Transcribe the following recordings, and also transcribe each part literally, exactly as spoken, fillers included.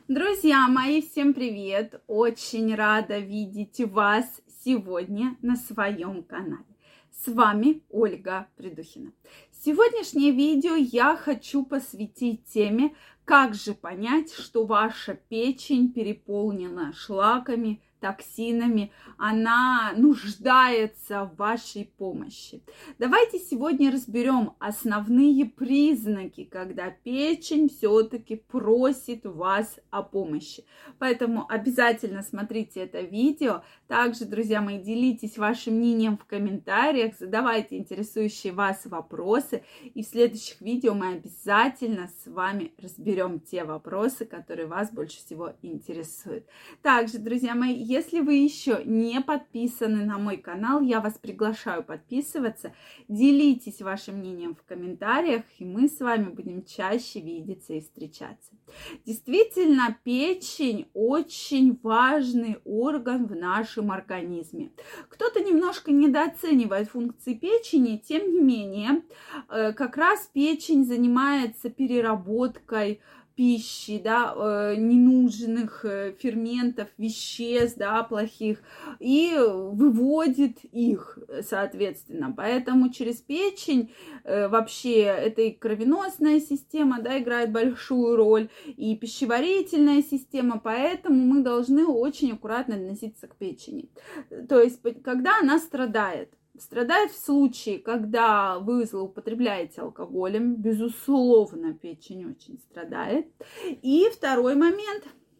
Друзья мои, всем привет! Очень рада видеть вас сегодня на своем канале. С вами Ольга Придухина. Сегодняшнее видео я хочу посвятить теме, как же понять, что ваша печень переполнена шлаками, токсинами, она нуждается в вашей помощи. Давайте сегодня разберем основные признаки, когда печень все-таки просит вас о помощи. Поэтому обязательно смотрите это видео. Также, друзья мои, делитесь вашим мнением в комментариях, задавайте интересующие вас вопросы. И в следующих видео мы обязательно с вами разберем те вопросы, которые вас больше всего интересуют. Также, друзья мои, если вы еще не подписаны на мой канал, я вас приглашаю подписываться. Делитесь вашим мнением в комментариях, и мы с вами будем чаще видеться и встречаться. Действительно, печень очень важный орган в нашем организме. Кто-то немножко недооценивает функции печени, тем не менее, как раз печень занимается переработкой пищи, да, э, ненужных э, ферментов, веществ, да, плохих, и выводит их, соответственно. Поэтому через печень э, вообще это и кровеносная система, да, играет большую роль, и пищеварительная система, поэтому мы должны очень аккуратно относиться к печени. То есть, когда она страдает, Страдает в случае, когда вы злоупотребляете алкоголем, безусловно, печень очень страдает. И второй момент,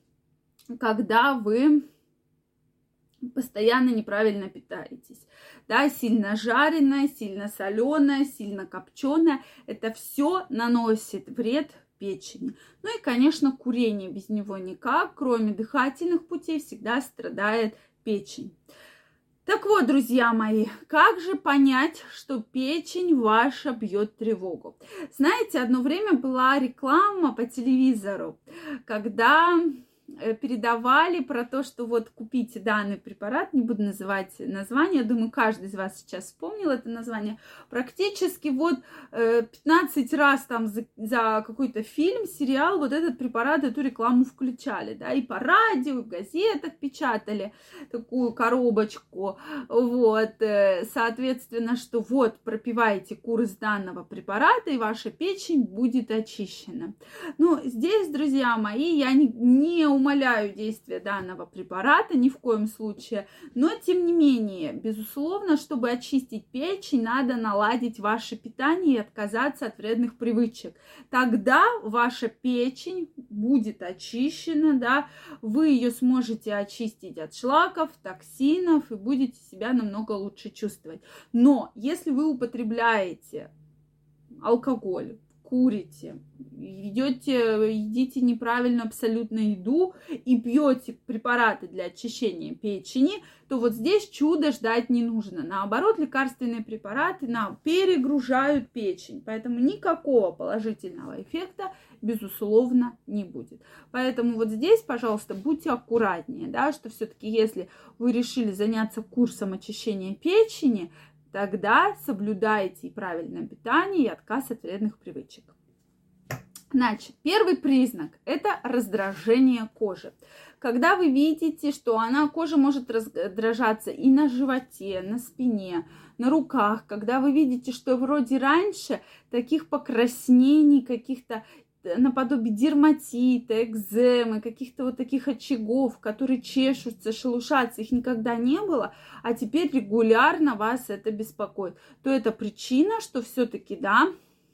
когда вы постоянно неправильно питаетесь, да, сильно жареное, сильно соленое, сильно копченое, это все наносит вред печени. Ну и, конечно, курение, без него никак, кроме дыхательных путей, всегда страдает печень. Так вот, друзья мои, как же понять, что печень ваша бьет тревогу? Знаете, одно время была реклама по телевизору, когда передавали про то, что вот купите данный препарат, не буду называть название, думаю, каждый из вас сейчас вспомнил это название, практически вот пятнадцать раз там за, за какой-то фильм, сериал, вот этот препарат, эту рекламу включали, да, и по радио, и в газетах печатали такую коробочку, вот, соответственно, что вот, пропивайте курс данного препарата, и ваша печень будет очищена. Ну, здесь, друзья мои, я не, не умаляю действие данного препарата ни в коем случае, но тем не менее, безусловно, чтобы очистить печень, надо наладить ваше питание и отказаться от вредных привычек. Тогда ваша печень будет очищена, да, вы ее сможете очистить от шлаков, токсинов и будете себя намного лучше чувствовать. Но если вы употребляете алкоголь, курите, идете, едите неправильную абсолютно еду и пьете препараты для очищения печени, то вот здесь чудо ждать не нужно. Наоборот, лекарственные препараты нам перегружают печень, поэтому никакого положительного эффекта, безусловно, не будет. Поэтому вот здесь, пожалуйста, будьте аккуратнее, да, что все-таки если вы решили заняться курсом очищения печени, тогда соблюдайте и правильное питание, и отказ от вредных привычек. Значит, первый признак – это раздражение кожи. Когда вы видите, что она, кожа может раздражаться и на животе, на спине, на руках, когда вы видите, что вроде раньше таких покраснений, каких-то наподобие дерматита, экземы, каких-то вот таких очагов, которые чешутся, шелушатся, их никогда не было, а теперь регулярно вас это беспокоит, то это причина, что все-таки, да,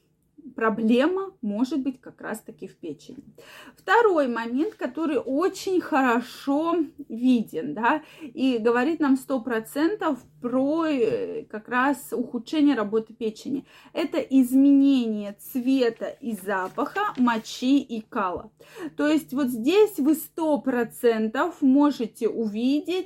проблема может быть как раз-таки в печени. Второй момент, который очень хорошо виден, да, и говорит нам сто процентов про как раз ухудшение работы печени. Это изменение цвета и запаха мочи и кала. То есть вот здесь вы сто процентов можете увидеть,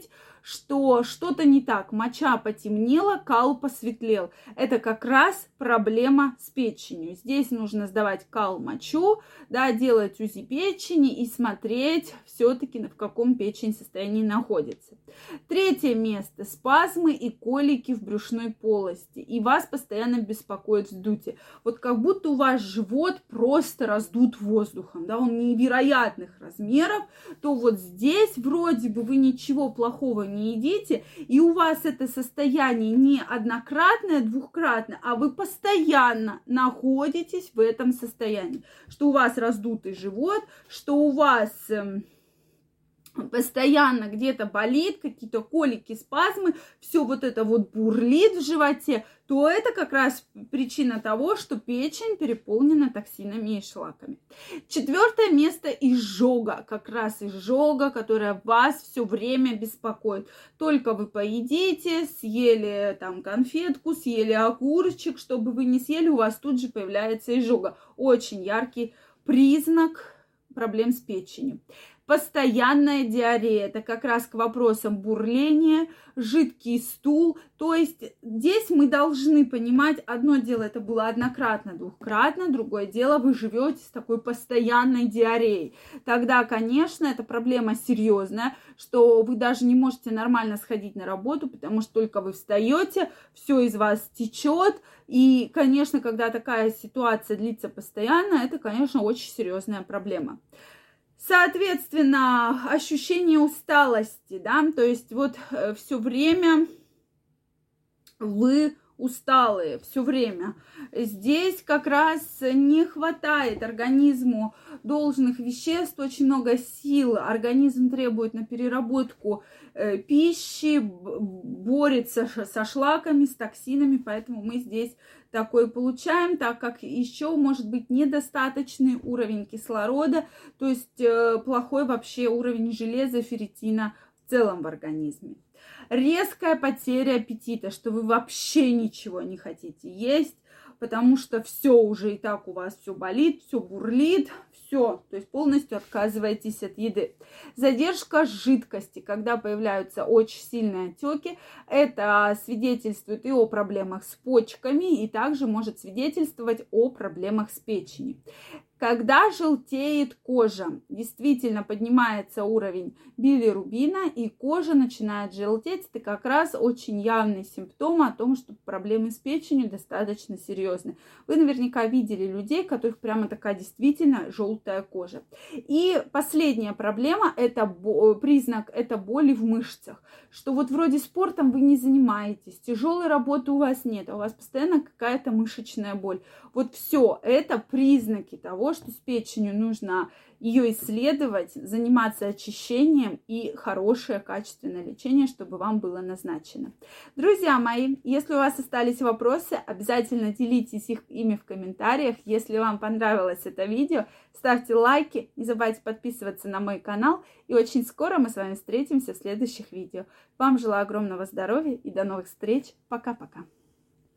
что что-то не так, моча потемнела, кал посветлел. Это как раз проблема с печенью. Здесь нужно сдавать кал, мочу, да, делать УЗИ печени и смотреть все-таки, в каком печень состоянии находится. Третье место – спазмы и колики в брюшной полости. И вас постоянно беспокоит вздутие. Вот как будто у вас живот просто раздут воздухом, да, он невероятных размеров, то вот здесь вроде бы вы ничего плохого не едите, и у вас это состояние не однократное, двухкратное, а вы постоянно находитесь в этом состоянии, что у вас раздутый живот, что у вас э, постоянно где-то болит, какие-то колики, спазмы, все вот это вот бурлит в животе, то это как раз причина того, что печень переполнена токсинами и шлаками. Четвертое место – изжога. Как раз изжога, которая вас все время беспокоит. Только вы поедите, съели там конфетку, съели огурчик, чтобы вы не съели, у вас тут же появляется изжога. Очень яркий признак проблем с печенью. Постоянная диарея, это как раз к вопросам бурления, жидкий стул. То есть здесь мы должны понимать, одно дело это было однократно, двухкратно, другое дело вы живете с такой постоянной диареей. Тогда, конечно, эта проблема серьезная, что вы даже не можете нормально сходить на работу, потому что только вы встаете, все из вас течет. И, конечно, когда такая ситуация длится постоянно, это, конечно, очень серьезная проблема. Соответственно, ощущение усталости, да, то есть вот все время вы усталые, все время. Здесь как раз не хватает организму должных веществ, очень много сил, организм требует на переработку э, пищи, борется со шлаками, с токсинами, поэтому мы здесь такое получаем, так как еще может быть недостаточный уровень кислорода, то есть э, плохой вообще уровень железа, ферритина в целом в организме. Резкая потеря аппетита, что вы вообще ничего не хотите есть, потому что все уже и так у вас все болит, все бурлит, все, то есть полностью отказываетесь от еды. Задержка жидкости, когда появляются очень сильные отеки, это свидетельствует и о проблемах с почками, и также может свидетельствовать о проблемах с печенью. Когда желтеет кожа, действительно поднимается уровень билирубина, и кожа начинает желтеть, это как раз очень явный симптом о том, что проблемы с печенью достаточно серьезны. Вы наверняка видели людей, у которых прямо такая действительно желтая кожа. И последняя проблема, это признак, это боли в мышцах, что вот вроде спортом вы не занимаетесь, тяжелой работы у вас нет, а у вас постоянно какая-то мышечная боль. Вот все это признаки того, что с печенью нужно ее исследовать, заниматься очищением и хорошее качественное лечение, чтобы вам было назначено. Друзья мои, если у вас остались вопросы, обязательно делитесь их ими в комментариях. Если вам понравилось это видео, ставьте лайки, не забывайте подписываться на мой канал. И очень скоро мы с вами встретимся в следующих видео. Вам желаю огромного здоровья и до новых встреч. Пока-пока.